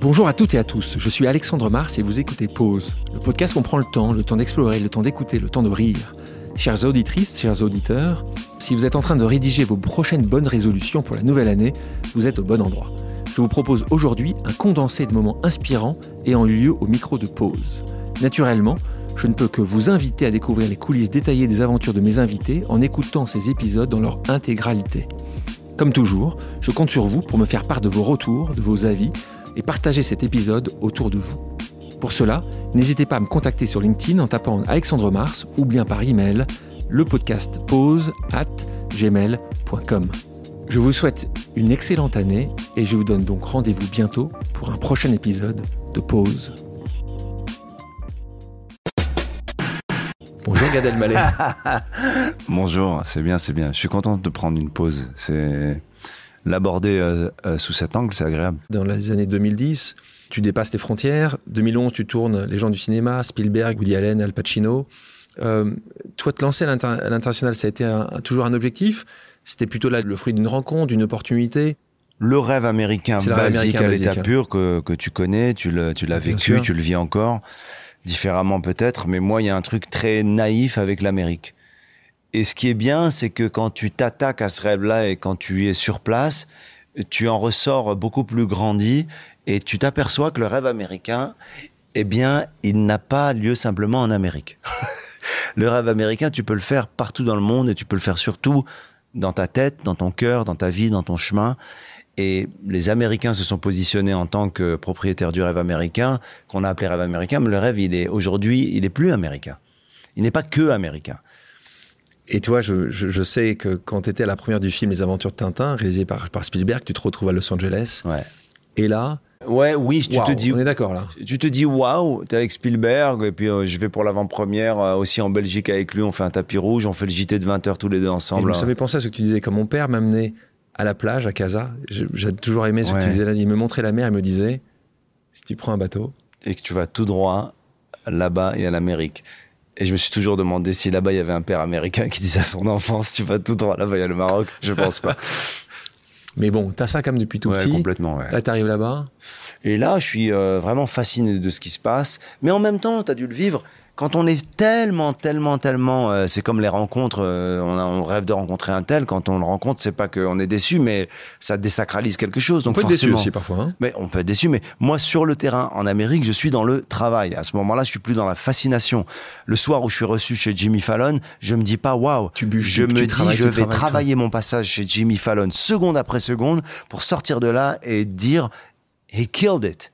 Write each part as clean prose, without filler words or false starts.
Bonjour à toutes et à tous, je suis Alexandre Mars et vous écoutez Pause, le podcast où on prend le temps d'explorer, le temps d'écouter, le temps de rire. Chères auditrices, chers auditeurs, si vous êtes en train de rédiger vos prochaines bonnes résolutions pour la nouvelle année, vous êtes au bon endroit. Je vous propose aujourd'hui un condensé de moments inspirants ayant eu lieu au micro de Pause. Naturellement, je ne peux que vous inviter à découvrir les coulisses détaillées des aventures de mes invités en écoutant ces épisodes dans leur intégralité. Comme toujours, je compte sur vous pour me faire part de vos retours, de vos avis et partager cet épisode autour de vous. Pour cela, n'hésitez pas à me contacter sur LinkedIn en tapant Alexandre Mars ou bien par email lepodcastpause@gmail.com. Je vous souhaite une excellente année et je vous donne donc rendez-vous bientôt pour un prochain épisode de Pause. Bonjour Gad Elmaleh. Bonjour, c'est bien. Je suis content de prendre une pause. L'aborder sous cet angle, c'est agréable. Dans les années 2010, tu dépasses tes frontières. 2011, tu tournes les gens du cinéma, Spielberg, Woody Allen, Al Pacino. Toi, te lancer à l'international, ça a été toujours un objectif? C'était plutôt là le fruit d'une rencontre, d'une opportunité? Le rêve américain basique à l'état pur que tu connais, tu l'as vécu, tu le vis encore, différemment peut-être, mais moi, il y a un truc très naïf avec l'Amérique. Et ce qui est bien, c'est que quand tu t'attaques à ce rêve-là et quand tu es sur place, tu en ressors beaucoup plus grandi et tu t'aperçois que le rêve américain, eh bien, il n'a pas lieu simplement en Amérique. Le rêve américain, tu peux le faire partout dans le monde et tu peux le faire surtout dans ta tête, dans ton cœur, dans ta vie, dans ton chemin. Et les Américains se sont positionnés en tant que propriétaires du rêve américain, qu'on a appelé rêve américain, mais le rêve, aujourd'hui, il est plus américain. Il n'est pas que américain. Et toi, je sais que quand tu étais à la première du film Les Aventures de Tintin, réalisé par Spielberg, tu te retrouves à Los Angeles. Ouais. Et là... te dis... On est d'accord, là. Tu te dis, waouh, t'es avec Spielberg, et puis je vais pour l'avant-première aussi en Belgique avec lui, on fait un tapis rouge, on fait le JT de 20h tous les deux ensemble. Et ça me fait penser à ce que tu disais, quand mon père m'amenait à la plage, à Casa, j'ai toujours aimé ce que tu disais là, il me montrait la mer, il me disait, si tu prends un bateau... Et que tu vas tout droit, là-bas, il y a l'Amérique. Et je me suis toujours demandé si là-bas, il y avait un père américain qui disait à son enfant, si tu vas tout droit, là-bas, il y a le Maroc. Je pense pas. Mais bon, t'as ça comme depuis tout petit. Complètement, ouais. Là, t'arrives là-bas. Et là, je suis vraiment fasciné de ce qui se passe. Mais en même temps, t'as dû le vivre. Quand on est tellement, c'est comme les rencontres, on rêve de rencontrer un tel, quand on le rencontre, c'est pas qu'on est déçu, mais ça désacralise quelque chose. Donc on peut être forcément, déçu aussi parfois. Hein. Mais on peut être déçu, mais moi, sur le terrain, en Amérique, je suis dans le travail. À ce moment-là, je suis plus dans la fascination. Le soir où je suis reçu chez Jimmy Fallon, je me dis pas, waouh, je vais travailler mon passage chez Jimmy Fallon, seconde après seconde, pour sortir de là et dire, he killed it.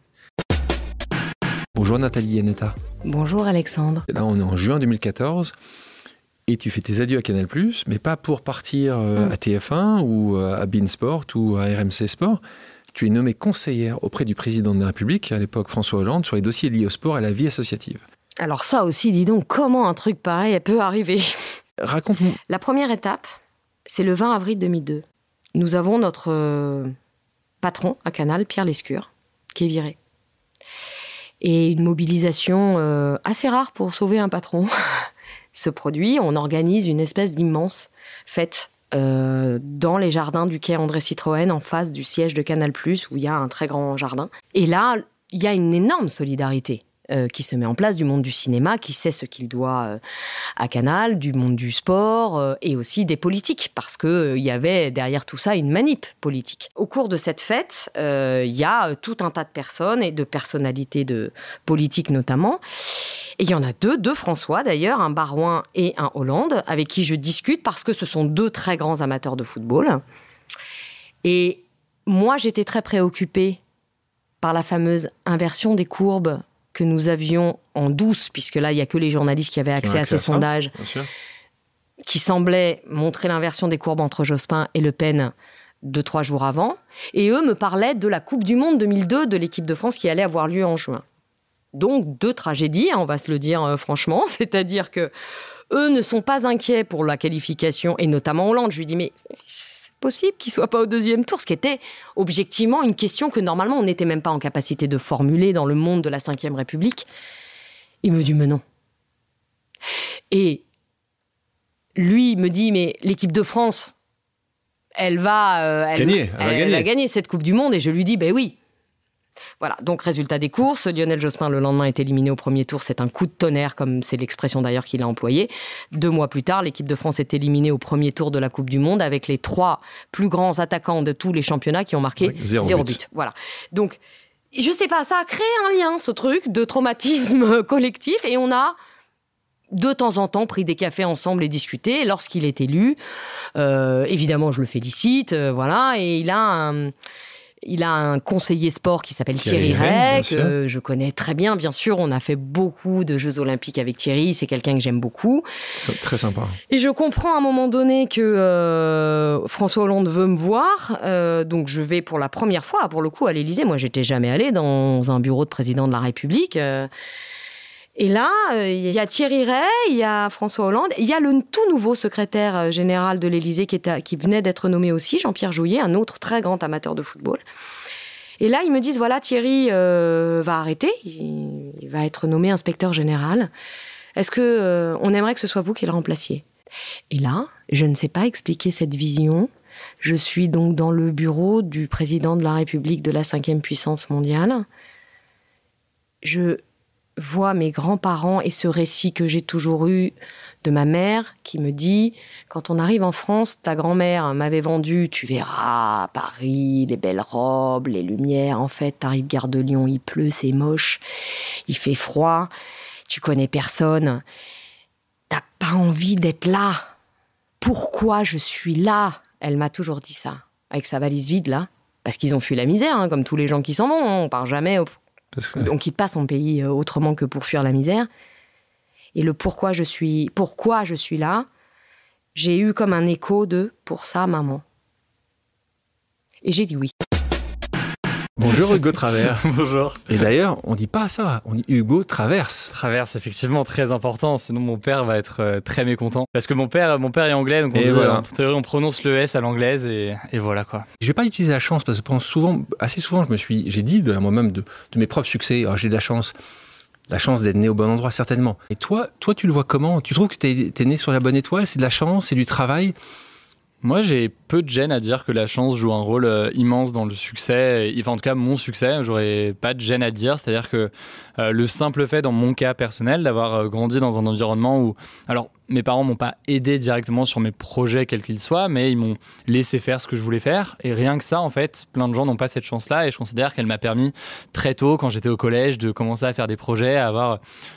Bonjour Nathalie Yanetta. Bonjour Alexandre. Là, on est en juin 2014 et tu fais tes adieux à Canal+, mais pas pour partir à TF1 ou à beIN Sport ou à RMC Sport. Tu es nommée conseillère auprès du président de la République, à l'époque François Hollande, sur les dossiers liés au sport et à la vie associative. Alors ça aussi, dis donc, comment un truc pareil peut arriver ? Raconte-moi. La première étape, c'est le 20 avril 2002. Nous avons notre patron à Canal, Pierre Lescure, qui est viré. Et une mobilisation assez rare pour sauver un patron se produit. On organise une espèce d'immense fête dans les jardins du quai André Citroën, en face du siège de Canal+, où il y a un très grand jardin. Et là, il y a une énorme solidarité qui se met en place du monde du cinéma, qui sait ce qu'il doit à Canal, du monde du sport et aussi des politiques, parce qu'il y avait derrière tout ça une manip politique. Au cours de cette fête, il y a tout un tas de personnes et de personnalités politiques notamment. Et il y en a deux François d'ailleurs, un Barouin et un Hollande, avec qui je discute parce que ce sont deux très grands amateurs de football. Et moi, j'étais très préoccupée par la fameuse inversion des courbes que nous avions en douce, puisque là, il n'y a que les journalistes qui avaient accès à ces sondages, qui semblaient montrer l'inversion des courbes entre Jospin et Le Pen 2-3 jours avant. Et eux me parlaient de la Coupe du Monde 2002 de l'équipe de France qui allait avoir lieu en juin. Donc, deux tragédies, on va se le dire franchement, c'est-à-dire que eux ne sont pas inquiets pour la qualification, et notamment Hollande. Je lui dis, mais c'est possible qu'il ne soit pas au deuxième tour, ce qui était objectivement une question que normalement on n'était même pas en capacité de formuler dans le monde de la Ve République. Il me dit, mais non. Et lui me dit, mais l'équipe de France, elle va gagner cette Coupe du Monde. Et je lui dis, ben oui. Voilà, donc résultat des courses, Lionel Jospin le lendemain est éliminé au premier tour, c'est un coup de tonnerre comme c'est l'expression d'ailleurs qu'il a employée. 2 mois plus tard, l'équipe de France est éliminée au premier tour de la Coupe du Monde avec les 3 plus grands attaquants de tous les championnats qui ont marqué 0 but. Voilà, donc je sais pas, ça a créé un lien, ce truc de traumatisme collectif, et on a de temps en temps pris des cafés ensemble et discuté. Lorsqu'il est élu, évidemment je le félicite, voilà, et il a un conseiller sport qui s'appelle Thierry Rey, que je connais très bien, bien sûr. On a fait beaucoup de Jeux Olympiques avec Thierry. C'est quelqu'un que j'aime beaucoup. C'est très sympa. Et je comprends à un moment donné que François Hollande veut me voir. Donc je vais pour la première fois, pour le coup, à l'Élysée. Moi, j'étais jamais allée dans un bureau de président de la République. Et là, il y a Thierry Rey, il y a François Hollande, il y a le tout nouveau secrétaire général de l'Élysée qui venait d'être nommé aussi, Jean-Pierre Jouyet, un autre très grand amateur de football. Et là, ils me disent, voilà, Thierry va arrêter, il va être nommé inspecteur général. Est-ce que on aimerait que ce soit vous qui le remplaciez ? Et là, je ne sais pas expliquer cette vision. Je suis donc dans le bureau du président de la République de la 5e puissance mondiale. Je vois mes grands-parents et ce récit que j'ai toujours eu de ma mère qui me dit « Quand on arrive en France, ta grand-mère m'avait vendu, tu verras, Paris, les belles robes, les lumières. En fait, t'arrives gare de Lyon, il pleut, c'est moche, il fait froid, tu connais personne. T'as pas envie d'être là. Pourquoi je suis là ?» Elle m'a toujours dit ça, avec sa valise vide là, parce qu'ils ont fui la misère, hein, comme tous les gens qui s'en vont. On part jamais... On quitte pas son pays autrement que pour fuir la misère. Et le pourquoi je suis là, j'ai eu comme un écho de « pour ça, maman ». Et j'ai dit oui. Bonjour Hugo Travers. Bonjour. Et d'ailleurs, on dit pas ça, on dit Hugo Traverse. Traverse, effectivement, très important, sinon mon père va être très mécontent. Parce que mon père est anglais, donc en théorie, on prononce le S à l'anglaise et voilà quoi. Je vais pas utiliser la chance parce que assez souvent, j'ai dit de moi-même de mes propres succès, j'ai de la chance d'être né au bon endroit, certainement. Et toi, tu le vois comment ? Tu trouves que t'es né sur la bonne étoile ? C'est de la chance, c'est du travail ? Moi, j'ai peu de gêne à dire que la chance joue un rôle immense dans le succès. Enfin, en tout cas, mon succès, j'aurais pas de gêne à dire. C'est-à-dire que le simple fait, dans mon cas personnel, d'avoir grandi dans un environnement où... Alors, mes parents m'ont pas aidé directement sur mes projets, quels qu'ils soient, mais ils m'ont laissé faire ce que je voulais faire. Et rien que ça, en fait, plein de gens n'ont pas cette chance-là. Et je considère qu'elle m'a permis très tôt, quand j'étais au collège, de commencer à faire des projets, à avoir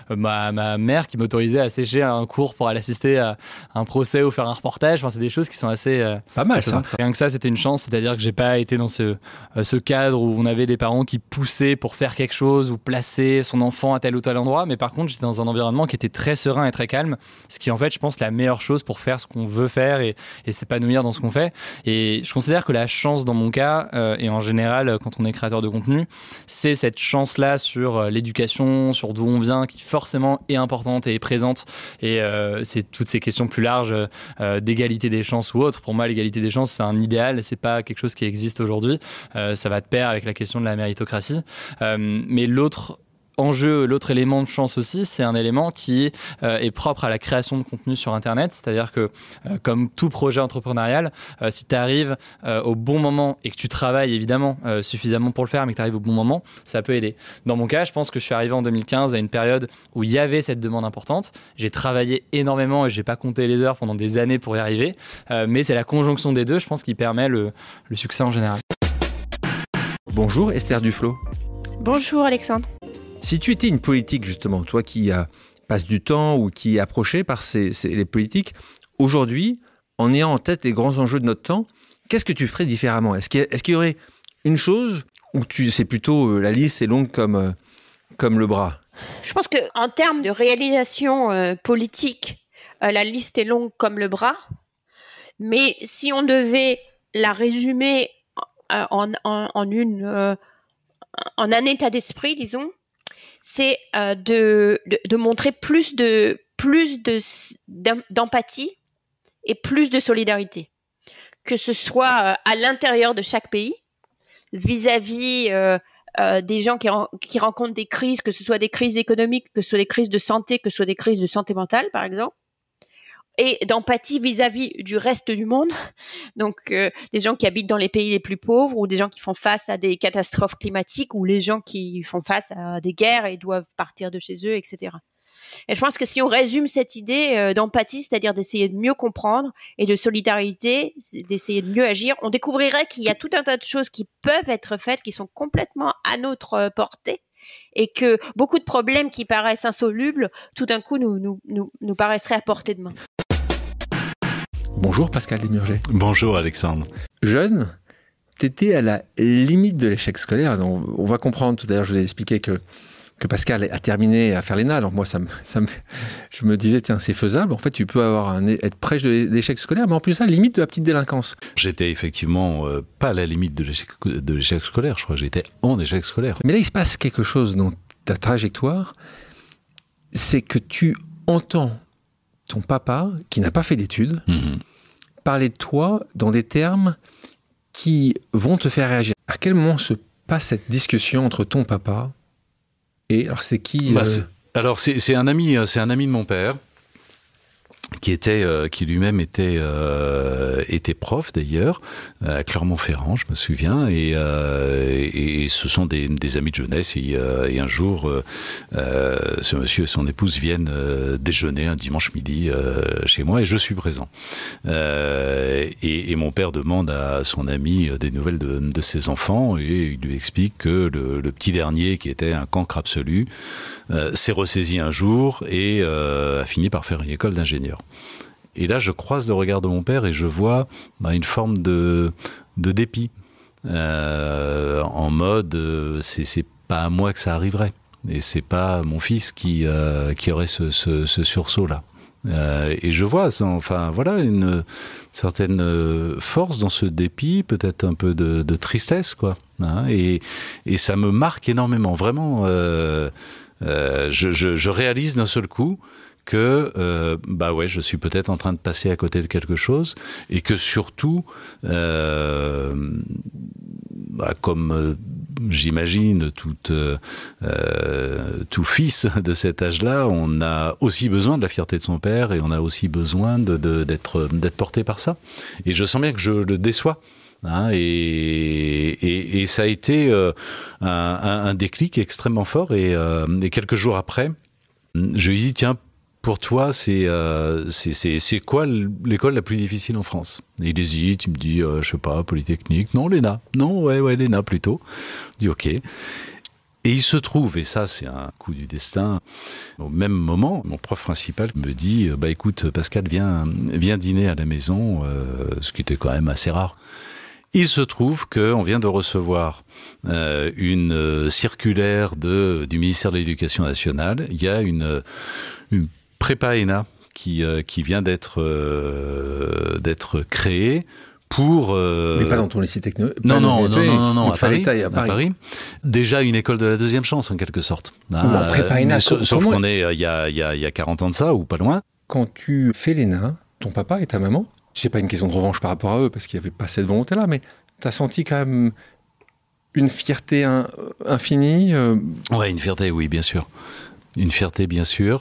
ma mère qui m'autorisait à sécher un cours pour aller assister à un procès ou faire un reportage. Enfin, c'est des choses qui sont assez... pas mal, ça. Rien que ça, c'était une chance. C'est-à-dire que j'ai pas été dans ce cadre où on avait des parents qui poussaient pour faire quelque chose ou placer son enfant à tel ou tel endroit. Mais par contre, j'étais dans un environnement qui était très serein et très calme. Ce qui, en fait, je pense, la meilleure chose pour faire ce qu'on veut faire et s'épanouir dans ce qu'on fait. Et je considère que la chance, dans mon cas, et en général, quand on est créateur de contenu, c'est cette chance-là sur l'éducation, sur d'où on vient, qui forcément est importante et est présente. Et c'est toutes ces questions plus larges d'égalité des chances ou autre. Pour moi, l'égalité des chances, c'est un idéal, c'est pas quelque chose qui existe aujourd'hui. Ça va de pair avec la question de la méritocratie. Mais l'autre élément de chance aussi, c'est un élément qui est propre à la création de contenu sur Internet. C'est-à-dire que, comme tout projet entrepreneurial, si tu arrives au bon moment et que tu travailles évidemment suffisamment pour le faire, mais que tu arrives au bon moment, ça peut aider. Dans mon cas, je pense que je suis arrivé en 2015 à une période où il y avait cette demande importante. J'ai travaillé énormément et j'ai pas compté les heures pendant des années pour y arriver. Mais c'est la conjonction des deux, je pense, qui permet le succès en général. Bonjour Esther Duflo. Bonjour Alexandre. Si tu étais une politique, justement, toi qui passe du temps ou qui est approché par les politiques, aujourd'hui, en ayant en tête les grands enjeux de notre temps, qu'est-ce que tu ferais différemment ? Est-ce qu'il y aurait une chose ou c'est plutôt la liste est longue comme le bras ? Je pense qu'en termes de réalisation politique, la liste est longue comme le bras. Mais si on devait la résumer en un état d'esprit, disons, c'est de montrer plus d'empathie et plus de solidarité, que ce soit à l'intérieur de chaque pays, vis-à-vis des gens qui rencontrent des crises, que ce soit des crises économiques, que ce soit des crises de santé, que ce soit des crises de santé mentale, par exemple. et d'empathie vis-à-vis du reste du monde. Donc, des gens qui habitent dans les pays les plus pauvres ou des gens qui font face à des catastrophes climatiques ou les gens qui font face à des guerres et doivent partir de chez eux, etc. Et je pense que si on résume cette idée d'empathie, c'est-à-dire d'essayer de mieux comprendre et de solidarité, d'essayer de mieux agir, on découvrirait qu'il y a tout un tas de choses qui peuvent être faites, qui sont complètement à notre portée, et que beaucoup de problèmes qui paraissent insolubles, tout d'un coup, nous paraisseraient à portée de main. Bonjour Pascal Desmurget. Bonjour Alexandre. Jeune, tu étais à la limite de l'échec scolaire. Donc, on va comprendre, tout à l'heure je vous ai expliqué que Pascal a terminé à faire l'ENA. Alors moi, je me disais, tiens, c'est faisable. En fait, tu peux être près de l'échec scolaire, mais en plus ça, limite de la petite délinquance. J'étais effectivement pas à la limite de l'échec scolaire. Je crois que j'étais en échec scolaire. Mais là, il se passe quelque chose dans ta trajectoire. C'est que tu entends ton papa, qui n'a pas fait d'études, parler de toi dans des termes qui vont te faire réagir. À quel moment se passe cette discussion entre ton papa et alors c'est qui Alors c'est un ami de mon père qui lui-même était prof d'ailleurs à Clermont-Ferrand, je me souviens, et ce sont des amis de jeunesse. Et un jour, ce monsieur et son épouse viennent déjeuner un dimanche midi chez moi et je suis présent. Et mon père demande à son ami des nouvelles de ses enfants et il lui explique que le petit dernier, qui était un cancre absolu, s'est ressaisi un jour et a fini par faire une école d'ingénieur. Et là, je croise le regard de mon père et je vois une forme de dépit, en mode c'est pas à moi que ça arriverait, et c'est pas mon fils qui aurait ce sursaut-là. Et je vois, une certaine force dans ce dépit, peut-être un peu de tristesse, quoi. Hein, et ça me marque énormément, vraiment. Je réalise d'un seul coup que je suis peut-être en train de passer à côté de quelque chose, et que surtout comme j'imagine tout fils de cet âge-là, on a aussi besoin de la fierté de son père et on a aussi besoin d'être porté par ça, et je sens bien que je le déçois. Hein, et ça a été un déclic extrêmement fort, et quelques jours après je lui dis, tiens, pour toi, c'est quoi l'école la plus difficile en France? Et il hésite, il me dit, je sais pas, Polytechnique, non, l'ENA, non, ouais, l'ENA plutôt. Je dis, ok. Et il se trouve, et ça c'est un coup du destin, au même moment, mon prof principal me dit, écoute Pascal, viens dîner à la maison, ce qui était quand même assez rare. Il se trouve qu'on vient de recevoir une circulaire du ministère de l'Éducation nationale. Il y a une prépa ENA qui vient d'être créée pour... Mais pas dans ton lycée techno. Non, à Paris. Déjà une école de la deuxième chance, en quelque sorte. Prépa ENA, sauf qu'on est il y a 40 ans de ça, ou pas loin. Quand tu fais l'ENA, ton papa et ta maman, c'est pas une question de revanche par rapport à eux, parce qu'il n'y avait pas cette volonté-là, mais tu as senti quand même une fierté infinie Ouais, une fierté, oui, bien sûr. Une fierté, bien sûr.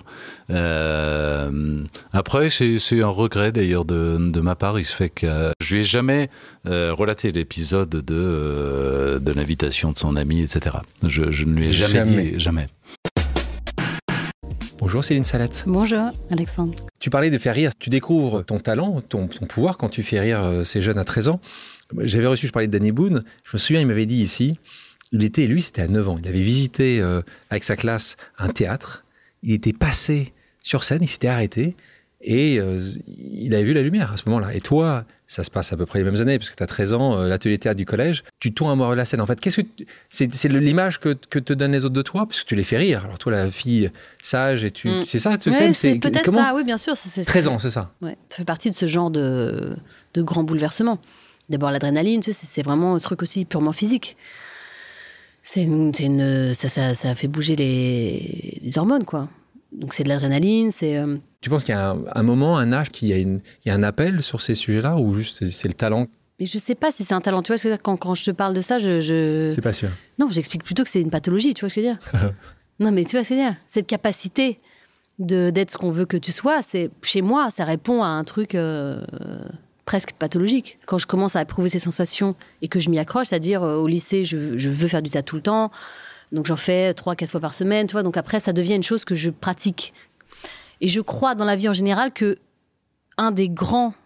Après, c'est un regret d'ailleurs de ma part. Il se fait que je lui ai jamais relaté l'épisode de l'invitation de son ami, etc. Je ne lui ai jamais dit, jamais. Bonjour Céline Salette. Bonjour Alexandre. Tu parlais de faire rire. Tu découvres ton talent, ton pouvoir quand tu fais rire ces jeunes à 13 ans. J'avais reçu, je parlais de Danny Boone. Je me souviens, il m'avait dit ici, c'était à 9 ans. Il avait visité avec sa classe un théâtre. Il était passé sur scène, il s'était arrêté et il avait vu la lumière à ce moment-là. Et toi, ça se passe à peu près les mêmes années, parce que tu as 13 ans, l'atelier théâtre du collège, tu tournes amoureux de la scène. En fait, c'est l'image que te donnent les autres de toi, parce que tu les fais rire. Alors toi, la fille sage, et c'est ça, ce thème, c'est peut-être comment ça, oui, bien sûr. 13 ans, c'est ça. Ouais, ça fait partie de ce genre de grands bouleversements. D'abord, l'adrénaline, c'est vraiment un truc aussi purement physique. Ça fait bouger les hormones, quoi. Donc c'est de l'adrénaline, c'est... Tu penses qu'il y a un moment, un âge, il y a un appel sur ces sujets-là, ou juste c'est le talent? Mais je sais pas si c'est un talent. Tu vois ce que je veux dire, quand je te parle de ça, T'es pas sûr? Non, j'explique plutôt que c'est une pathologie, tu vois ce que je veux dire. Non, mais tu vois ce que je veux dire, cette capacité d'être ce qu'on veut que tu sois, chez moi, ça répond à un truc presque pathologique. Quand je commence à éprouver ces sensations et que je m'y accroche, c'est-à-dire au lycée, je veux faire du théâtre tout le temps, donc j'en fais 3-4 fois par semaine, tu vois, donc après, ça devient une chose que je pratique. Et je crois dans la vie en général que un des grands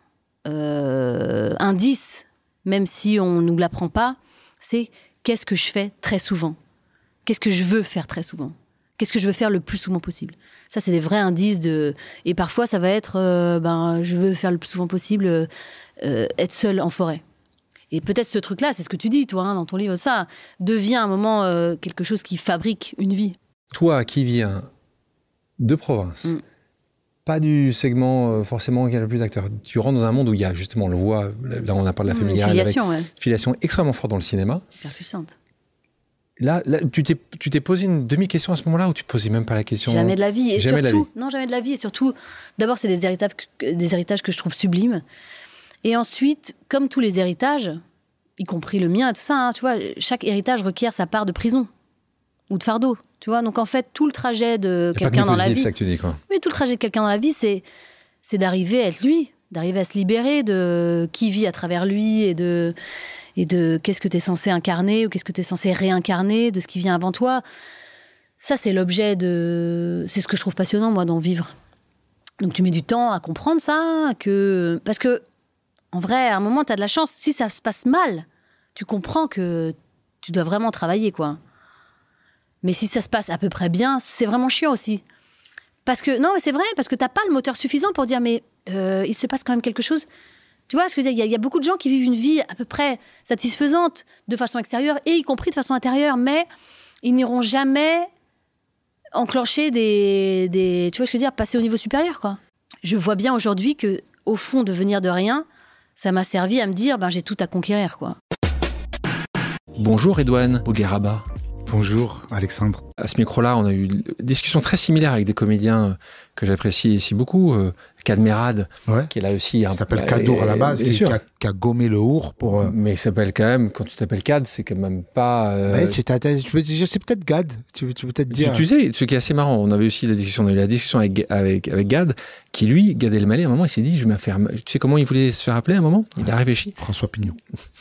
indices, même si on ne nous l'apprend pas, c'est qu'est-ce que je fais très souvent ? Qu'est-ce que je veux faire très souvent ? Qu'est-ce que je veux faire le plus souvent possible ? Ça, c'est des vrais indices Et parfois, ça va être, je veux faire le plus souvent possible être seule en forêt. Et peut-être ce truc-là, c'est ce que tu dis, toi, dans ton livre, ça devient à un moment quelque chose qui fabrique une vie. Toi, qui viens de province, pas du segment forcément qui a le plus d'acteurs, tu rentres dans un monde où il y a justement, on le voit, là on a parlé de la familiarité, filiation extrêmement forte dans le cinéma. Hyper puissante. Là, tu t'es posé une demi-question à ce moment-là ou tu te posais même pas la question ? Jamais de la vie. Et jamais surtout, non, jamais de la vie. Et surtout, d'abord, c'est des héritages que je trouve sublimes. Et ensuite, comme tous les héritages, y compris le mien et tout ça, tu vois, chaque héritage requiert sa part de prison ou de fardeau. Tu vois, donc en fait, tout le trajet de quelqu'un dans la vie. Ça que tu dis, quoi. Oui, tout le trajet de quelqu'un dans la vie, c'est d'arriver à être lui, d'arriver à se libérer de qui vit à travers lui et de qu'est-ce que tu es censé incarner ou qu'est-ce que tu es censé réincarner, de ce qui vient avant toi. Ça, c'est l'objet de... C'est ce que je trouve passionnant, moi, d'en vivre. Donc, tu mets du temps à comprendre ça, parce que, en vrai, à un moment, tu as de la chance. Si ça se passe mal, tu comprends que tu dois vraiment travailler, quoi. Mais si ça se passe à peu près bien, c'est vraiment chiant aussi. Parce que, non, mais c'est vrai, parce que tu n'as pas le moteur suffisant pour dire, mais il se passe quand même quelque chose... Tu vois, ce que je veux dire, il y a beaucoup de gens qui vivent une vie à peu près satisfaisante de façon extérieure et y compris de façon intérieure, mais ils n'iront jamais enclencher des tu vois ce que je veux dire, passer au niveau supérieur, quoi. Je vois bien aujourd'hui que, au fond, de venir de rien, ça m'a servi à me dire, j'ai tout à conquérir, quoi. Bonjour Edouane Bougueraba. Bonjour Alexandre. À ce micro-là, on a eu une discussion très similaire avec des comédiens que j'apprécie ici beaucoup. Kad Merad, qui est là aussi. Il s'appelle Kadour à la base, qui a gommé le our pour... Mais il s'appelle quand même, quand tu t'appelles Kad, c'est quand même pas... je sais peut-être Gad, tu peux peut-être dire... Tu sais, ce qui est assez marrant, on avait aussi la discussion avec Gad, qui lui, Gad Elmaleh, à un moment, il s'est dit, je vais faire... Tu sais comment il voulait se faire appeler à un moment ? Il a réfléchi. François Pignon.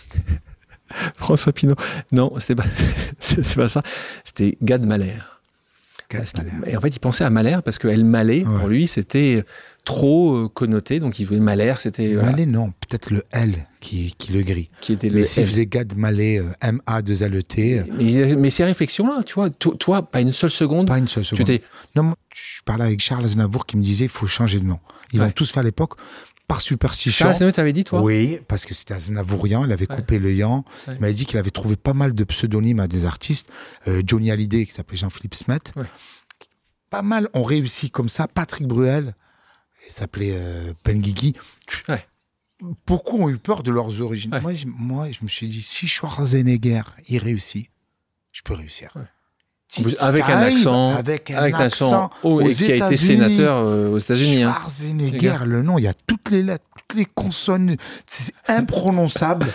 François Pinault. Non, c'était pas ça. C'était Gad Mahler. Et en fait, il pensait à Mahler parce que El Malais, pour lui, c'était trop connoté. Donc, il voulait Mahler, c'était... Malais, non. Peut-être le L qui le grille. Qui était le L. Il faisait Gad Mahler, M-A-2-L-E-T. Mais ces réflexions-là, tu vois, toi, pas une seule seconde. Pas une seule seconde. Non, je parlais avec Charles Aznavour qui me disait, il faut changer de nom. Ils l'ont tous fait à l'époque. Par superstition. Charles Aznavour, t'avais dit, toi ? Oui, parce que c'était Aznavourian, il avait coupé le yan. Ouais. Il m'avait dit qu'il avait trouvé pas mal de pseudonymes à des artistes. Johnny Hallyday, qui s'appelait Jean-Philippe Smet. Ouais. Pas mal ont réussi comme ça. Patrick Bruel, il s'appelait Benguigui. Ouais. Beaucoup ont eu peur de leurs origines. Ouais. Moi, je me suis dit, si Schwarzenegger, il réussit, je peux réussir. Ouais. Avec un accent, et qui a été sénateur aux États-Unis. Schwarzenegger, le nom, il y a toutes les lettres, toutes les consonnes, c'est imprononçable.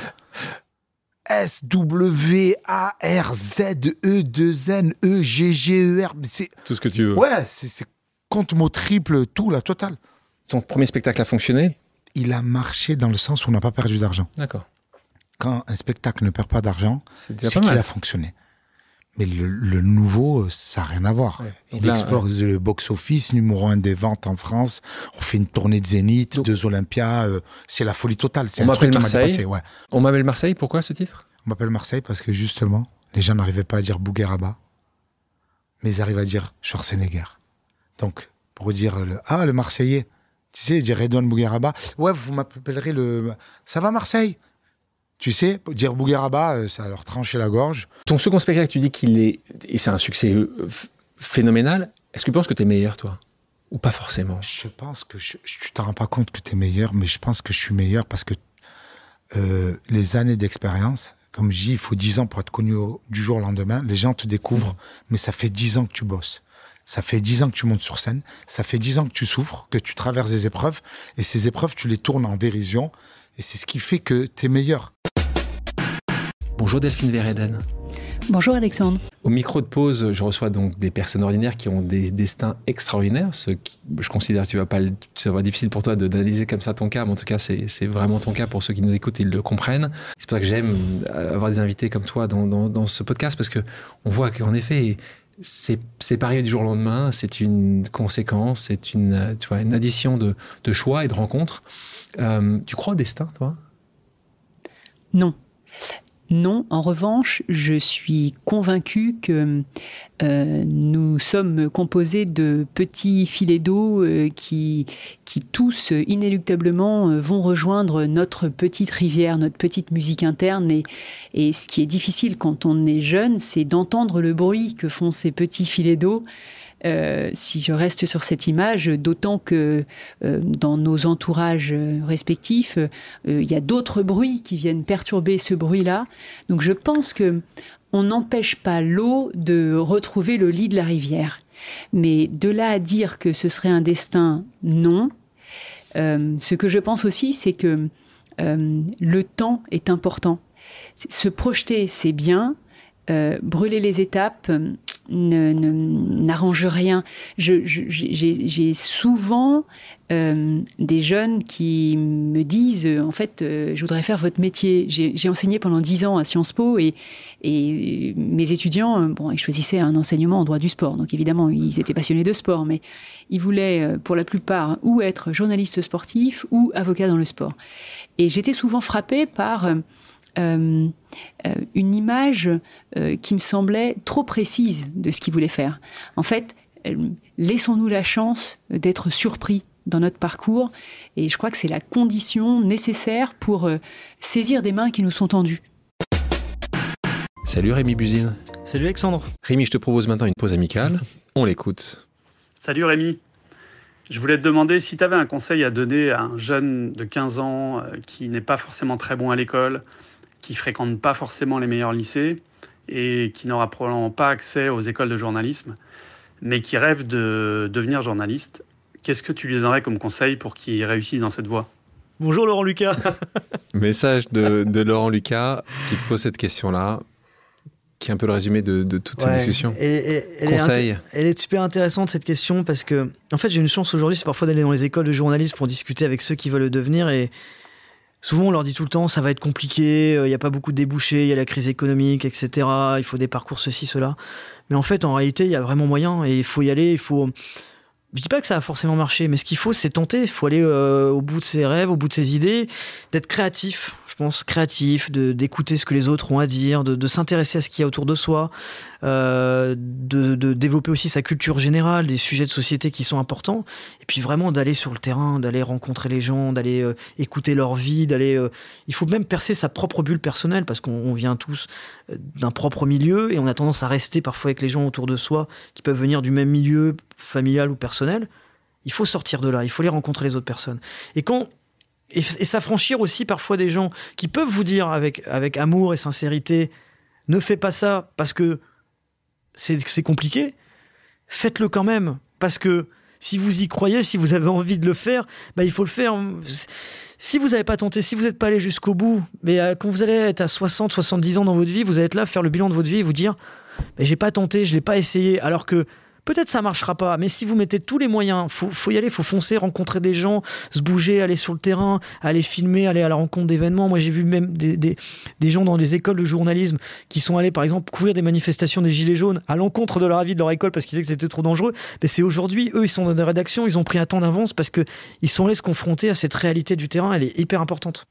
S-W-A-R-Z-E-2-N-E-G-G-E-R. C'est tout ce que tu veux. Ouais, c'est compte mot triple, tout, la totale. Ton premier spectacle a fonctionné ? Il a marché dans le sens où on n'a pas perdu d'argent. D'accord. Quand un spectacle ne perd pas d'argent, c'est qu'il a fonctionné. Mais le nouveau, ça n'a rien à voir. Ouais. Il explore le box-office, numéro 1 des ventes en France. On fait une tournée de Zénith, 2 Olympias. C'est la folie totale. C'est on m'appelle Marseille. On m'appelle Marseille. Pourquoi ce titre ? On m'appelle Marseille parce que justement, les gens n'arrivaient pas à dire Bougueraba, mais ils arrivent à dire Schwarzenegger. Donc, pour dire le Marseillais, tu sais, dire Edouane Bougueraba. Ouais, vous m'appellerez ça va Marseille ? Tu sais, dire Bougueraba, ça leur tranchait la gorge. Ton second spectacle, tu dis qu'il est... Et c'est un succès phénoménal. Est-ce que tu penses que tu es meilleur, toi ? Ou pas forcément ? Je pense que... tu t'en rends pas compte que tu es meilleur, mais je pense que je suis meilleur parce que les années d'expérience, comme je dis, il faut 10 ans pour être connu du jour au lendemain. Les gens te découvrent, mais ça fait 10 ans que tu bosses. Ça fait 10 ans que tu montes sur scène. Ça fait 10 ans que tu souffres, que tu traverses des épreuves. Et ces épreuves, tu les tournes en dérision. Et c'est ce qui fait que tu es meilleur. Bonjour Delphine Verheyden. Bonjour Alexandre. Au micro de Pause, je reçois donc des personnes ordinaires qui ont des destins extraordinaires. Je considère que ça va être difficile pour toi d'analyser comme ça ton cas, mais en tout cas, c'est vraiment ton cas pour ceux qui nous écoutent, ils le comprennent. C'est pour ça que j'aime avoir des invités comme toi dans ce podcast, parce qu'on voit qu'en effet, c'est pas arrivé du jour au lendemain, c'est une conséquence, c'est une addition de choix et de rencontres. Tu crois au destin, toi ? Non, en revanche, je suis convaincue que nous sommes composés de petits filets d'eau qui tous, inéluctablement, vont rejoindre notre petite rivière, notre petite musique interne. Et ce qui est difficile quand on est jeune, c'est d'entendre le bruit que font ces petits filets d'eau. Si je reste sur cette image, d'autant que dans nos entourages respectifs, il y a d'autres bruits qui viennent perturber ce bruit-là. Donc je pense qu'on n'empêche pas l'eau de retrouver le lit de la rivière. Mais de là à dire que ce serait un destin, non. Ce que je pense aussi, c'est que le temps est important. Se projeter, c'est bien. Brûler les étapes n'arrange rien. J'ai souvent des jeunes qui me disent en fait, je voudrais faire votre métier. J'ai enseigné pendant 10 ans à Sciences Po et mes étudiants, ils choisissaient un enseignement en droit du sport. Donc évidemment, ils étaient passionnés de sport, mais ils voulaient pour la plupart ou être journalistes sportifs ou avocats dans le sport. Et j'étais souvent frappée par une image qui me semblait trop précise de ce qu'il voulait faire. En fait, laissons-nous la chance d'être surpris dans notre parcours, et je crois que c'est la condition nécessaire pour saisir des mains qui nous sont tendues. Salut Rémi Buzine. Salut Alexandre. Rémi, je te propose maintenant une pause amicale. On l'écoute. Salut Rémi. Je voulais te demander si tu avais un conseil à donner à un jeune de 15 ans qui n'est pas forcément très bon à l'école, qui fréquente pas forcément les meilleurs lycées et qui n'aura probablement pas accès aux écoles de journalisme, mais qui rêve de devenir journaliste. Qu'est-ce que tu lui donnerais comme conseil pour qu'il réussisse dans cette voie ? Bonjour Laurent Lucas. Message de Laurent Lucas qui te pose cette question-là, qui est un peu le résumé de toute cette discussion. Conseil. Elle est super intéressante cette question parce que, en fait, j'ai une chance aujourd'hui, c'est parfois d'aller dans les écoles de journalisme pour discuter avec ceux qui veulent le devenir, et souvent on leur dit tout le temps ça va être compliqué, il n'y a pas beaucoup de débouchés, il y a la crise économique, etc. Il faut des parcours ceci, cela. Mais en fait, en réalité, il y a vraiment moyen et il faut y aller. Je dis pas que ça a forcément marché, mais ce qu'il faut, c'est tenter. Il faut aller au bout de ses rêves, au bout de ses idées, d'être créatif. Je pense créatif, d'écouter ce que les autres ont à dire, de s'intéresser à ce qu'il y a autour de soi, de développer aussi sa culture générale, des sujets de société qui sont importants, et puis vraiment d'aller sur le terrain, d'aller rencontrer les gens, d'aller écouter leur vie, il faut même percer sa propre bulle personnelle, parce qu'on vient tous d'un propre milieu, et on a tendance à rester parfois avec les gens autour de soi, qui peuvent venir du même milieu familial ou personnel. Il faut sortir de là, il faut aller rencontrer les autres personnes. Et s'affranchir aussi parfois des gens qui peuvent vous dire avec amour et sincérité « Ne fais pas ça parce que c'est compliqué », faites-le quand même. Parce que si vous y croyez, si vous avez envie de le faire, il faut le faire. Si vous n'avez pas tenté, si vous n'êtes pas allé jusqu'au bout, mais quand vous allez être à 60, 70 ans dans votre vie, vous allez être là, faire le bilan de votre vie et vous dire « J'ai pas tenté, je l'ai pas essayé », alors que peut-être ça marchera pas, mais si vous mettez tous les moyens, faut y aller, faut foncer, rencontrer des gens, se bouger, aller sur le terrain, aller filmer, aller à la rencontre d'événements. Moi, j'ai vu même des gens dans les écoles de journalisme qui sont allés, par exemple, couvrir des manifestations des Gilets jaunes à l'encontre de leur avis de leur école parce qu'ils disaient que c'était trop dangereux. Mais c'est aujourd'hui, eux, ils sont dans des rédactions, ils ont pris un temps d'avance parce qu'ils sont allés se confronter à cette réalité du terrain. Elle est hyper importante.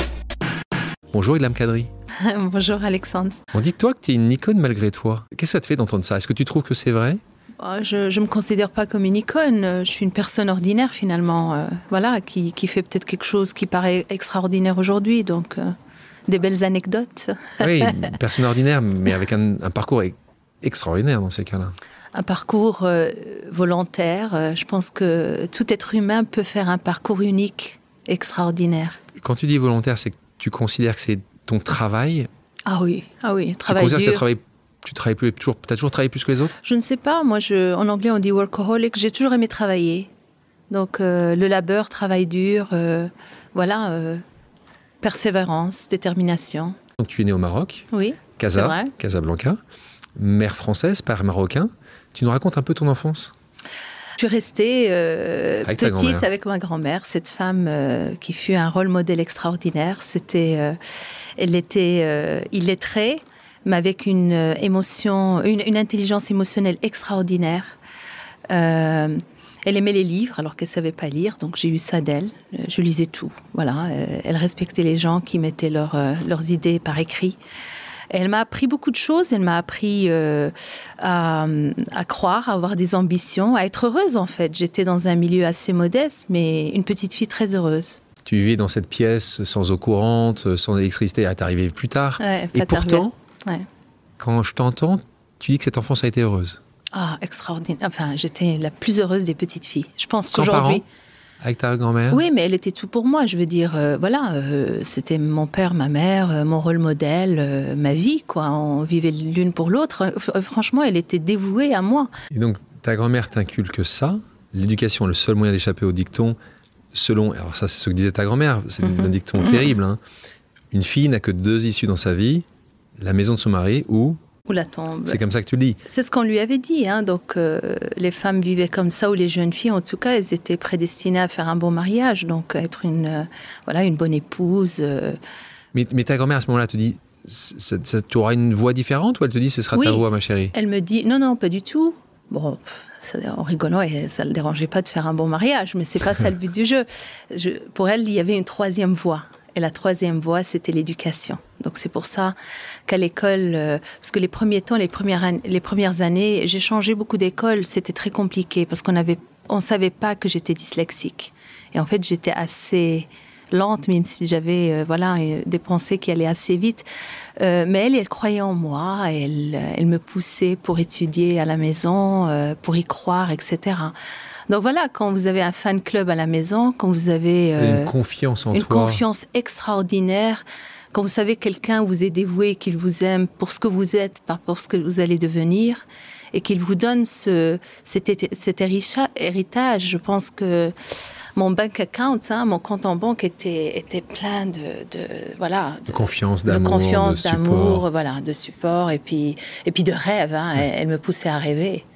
Bonjour Ilham Kadri. Bonjour Alexandre. On dit que toi, que tu es une icône malgré toi. Qu'est-ce que ça te fait d'entendre ça ? Est-ce que tu trouves que c'est vrai ? Je ne me considère pas comme une icône, je suis une personne ordinaire finalement, qui fait peut-être quelque chose qui paraît extraordinaire aujourd'hui, donc des belles anecdotes. Oui, une personne ordinaire, mais avec un parcours extraordinaire dans ces cas-là. Un parcours volontaire, je pense que tout être humain peut faire un parcours unique, extraordinaire. Quand tu dis volontaire, c'est que tu considères que c'est ton travail ? Ah oui, travail dur. Tu considères que tu as toujours travaillé plus que les autres ? Je ne sais pas. Moi, en anglais, on dit workaholic. J'ai toujours aimé travailler. Donc, le labeur, travail dur, persévérance, détermination. Donc, tu es né au Maroc ? Oui, Casablanca. mère française, père marocain. Tu nous racontes un peu ton enfance ? Je suis restée petite avec ma grand-mère, cette femme qui fut un rôle modèle extraordinaire. Elle était illettrée, mais avec une intelligence émotionnelle extraordinaire. Elle aimait les livres alors qu'elle ne savait pas lire, donc j'ai eu ça d'elle. Je lisais tout. Voilà. Elle respectait les gens qui mettaient leurs idées par écrit. Elle m'a appris beaucoup de choses. Elle m'a appris à croire, à avoir des ambitions, à être heureuse en fait. J'étais dans un milieu assez modeste, mais une petite fille très heureuse. Tu vivais dans cette pièce sans eau courante, sans électricité. T'es arrivée plus tard. Ouais, et pourtant, quand je t'entends, tu dis que cette enfance a été heureuse. Ah, extraordinaire. Enfin, j'étais la plus heureuse des petites filles. Je pense sans qu'aujourd'hui... parents, avec ta grand-mère ? Oui, mais elle était tout pour moi. Je veux dire, c'était mon père, ma mère, mon rôle modèle, ma vie, quoi. On vivait l'une pour l'autre. Franchement, elle était dévouée à moi. Et donc, ta grand-mère t'inculque ça. L'éducation est le seul moyen d'échapper au dicton. Alors ça, c'est ce que disait ta grand-mère. C'est un dicton terrible. Hein. Une fille n'a que 2 issues dans sa vie. La maison de son mari ou la tombe. C'est comme ça que tu le dis. C'est ce qu'on lui avait dit. Hein. Donc, les femmes vivaient comme ça, ou les jeunes filles, en tout cas, elles étaient prédestinées à faire un bon mariage, donc à être une bonne épouse. Mais ta grand-mère, à ce moment-là, te dit, tu auras une voix différente, ou elle te dit, ce sera ta voix, ma chérie ? Elle me dit, non, pas du tout. Bon, en rigolant, et ça ne le dérangeait pas de faire un bon mariage, mais ce n'est pas ça le but du jeu. Pour elle, il y avait une 3e voie. Et la 3e voie, c'était l'éducation. Donc c'est pour ça qu'à l'école, parce que les premières années, j'ai changé beaucoup d'école, c'était très compliqué parce qu'on ne savait pas que j'étais dyslexique. Et en fait, j'étais assez lente, même si j'avais des pensées qui allaient assez vite. Mais elle croyait en moi, elle me poussait pour étudier à la maison, pour y croire, etc. Donc voilà, quand vous avez un fan club à la maison, quand vous avez une confiance en toi, une confiance extraordinaire, quand vous savez que quelqu'un vous est dévoué, qu'il vous aime pour ce que vous êtes, pas pour ce que vous allez devenir, et qu'il vous donne cet héritage, je pense que mon bank account, mon compte en banque était plein de confiance, d'amour, de support, et puis de rêves. Elle me poussait à rêver.